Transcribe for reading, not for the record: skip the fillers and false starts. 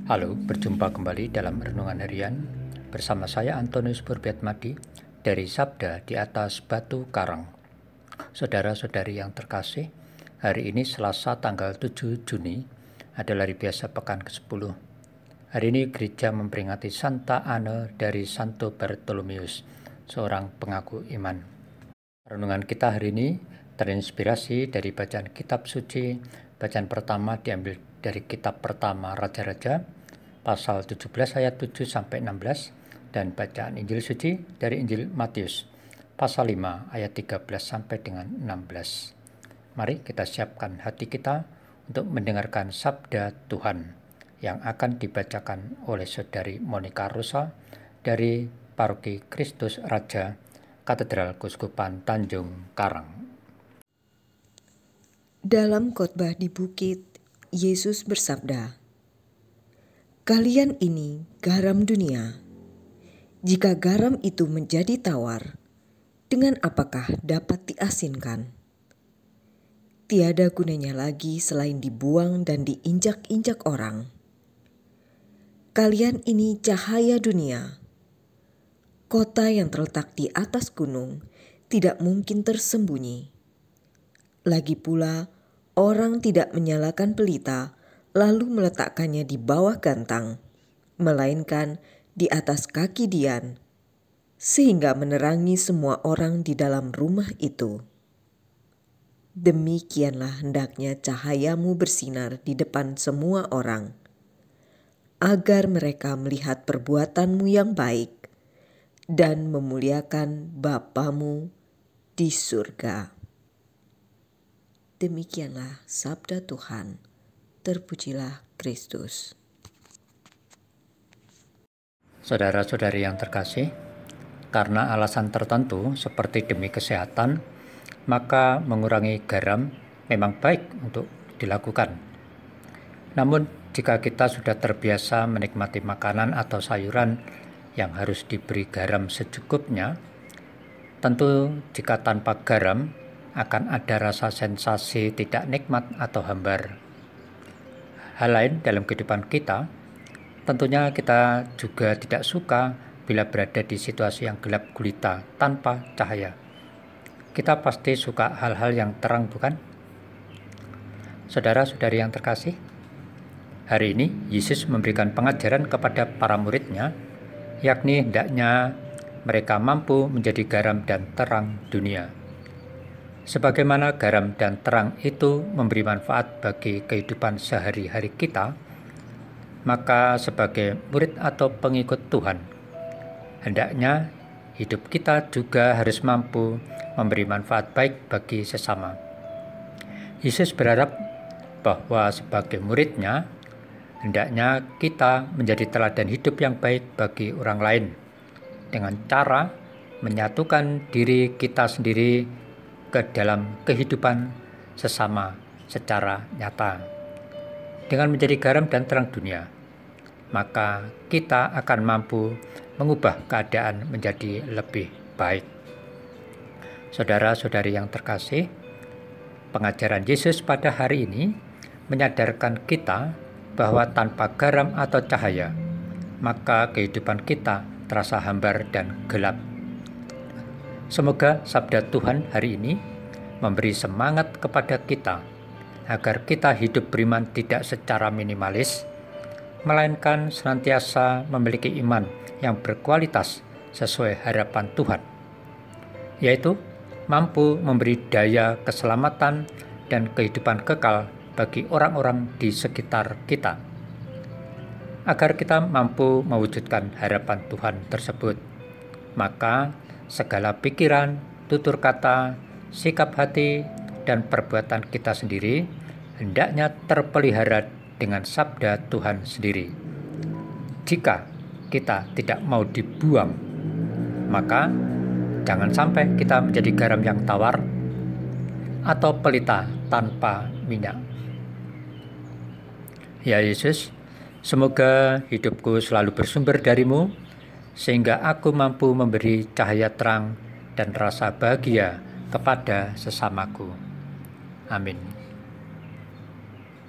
Halo, berjumpa kembali dalam Renungan Harian bersama saya Antonius Burbiatmadi dari Sabda di atas Batu Karang. Saudara-saudari yang terkasih, hari ini Selasa tanggal 7 Juni adalah hari biasa pekan ke-10. Hari ini gereja memperingati Santa Anne dari Santo Bartolomeus, seorang pengaku iman. Renungan kita hari ini terinspirasi dari bacaan kitab suci. Bacaan pertama diambil dari kitab pertama Raja-Raja, pasal 17 ayat 7 sampai 16, dan bacaan Injil suci dari Injil Matius, pasal 5 ayat 13 sampai dengan 16. Mari kita siapkan hati kita untuk mendengarkan sabda Tuhan yang akan dibacakan oleh Saudari Monica Rosa dari Paroki Kristus Raja, Katedral Keuskupan Tanjung Karang. Dalam khotbah di bukit, Yesus bersabda, "Kalian ini garam dunia. Jika garam itu menjadi tawar, dengan apakah dapat diasinkan? Tiada gunanya lagi selain dibuang dan diinjak-injak orang. Kalian ini cahaya dunia. Kota yang terletak di atas gunung tidak mungkin tersembunyi. Lagi pula, orang tidak menyalakan pelita lalu meletakkannya di bawah gantang, melainkan di atas kaki dian, sehingga menerangi semua orang di dalam rumah itu. Demikianlah hendaknya cahayamu bersinar di depan semua orang, agar mereka melihat perbuatanmu yang baik dan memuliakan Bapamu di surga." Demikianlah sabda Tuhan. Terpujilah Kristus. Saudara-saudari yang terkasih, karena alasan tertentu seperti demi kesehatan, maka mengurangi garam memang baik untuk dilakukan. Namun, jika kita sudah terbiasa menikmati makanan atau sayuran yang harus diberi garam secukupnya, tentu jika tanpa garam akan ada rasa sensasi tidak nikmat atau hambar. Hal lain dalam kehidupan kita, tentunya kita juga tidak suka bila berada di situasi yang gelap gulita tanpa cahaya. Kita pasti suka hal-hal yang terang, bukan? Saudara-saudari yang terkasih, hari ini Yesus memberikan pengajaran kepada para murid-Nya, yakni hendaknya mereka mampu menjadi garam dan terang dunia. Sebagaimana garam dan terang itu memberi manfaat bagi kehidupan sehari-hari kita, maka sebagai murid atau pengikut Tuhan, hendaknya hidup kita juga harus mampu memberi manfaat baik bagi sesama. Yesus berharap bahwa sebagai murid-Nya, hendaknya kita menjadi teladan hidup yang baik bagi orang lain dengan cara menyatukan diri kita sendiri ke dalam kehidupan sesama secara nyata. Dengan menjadi garam dan terang dunia, maka kita akan mampu mengubah keadaan menjadi lebih baik. Saudara-saudari yang terkasih, pengajaran Yesus pada hari ini menyadarkan kita bahwa tanpa garam atau cahaya, maka kehidupan kita terasa hambar dan gelap. Semoga sabda Tuhan hari ini memberi semangat kepada kita agar kita hidup beriman tidak secara minimalis, melainkan senantiasa memiliki iman yang berkualitas sesuai harapan Tuhan, yaitu mampu memberi daya keselamatan dan kehidupan kekal bagi orang-orang di sekitar kita. Agar kita mampu mewujudkan harapan Tuhan tersebut, maka segala pikiran, tutur kata, sikap hati, dan perbuatan kita sendiri hendaknya terpelihara dengan sabda Tuhan sendiri. Jika kita tidak mau dibuang, maka jangan sampai kita menjadi garam yang tawar atau pelita tanpa minyak. Ya Yesus, semoga hidupku selalu bersumber dari-Mu, sehingga aku mampu memberi cahaya terang dan rasa bahagia kepada sesamaku. Amin.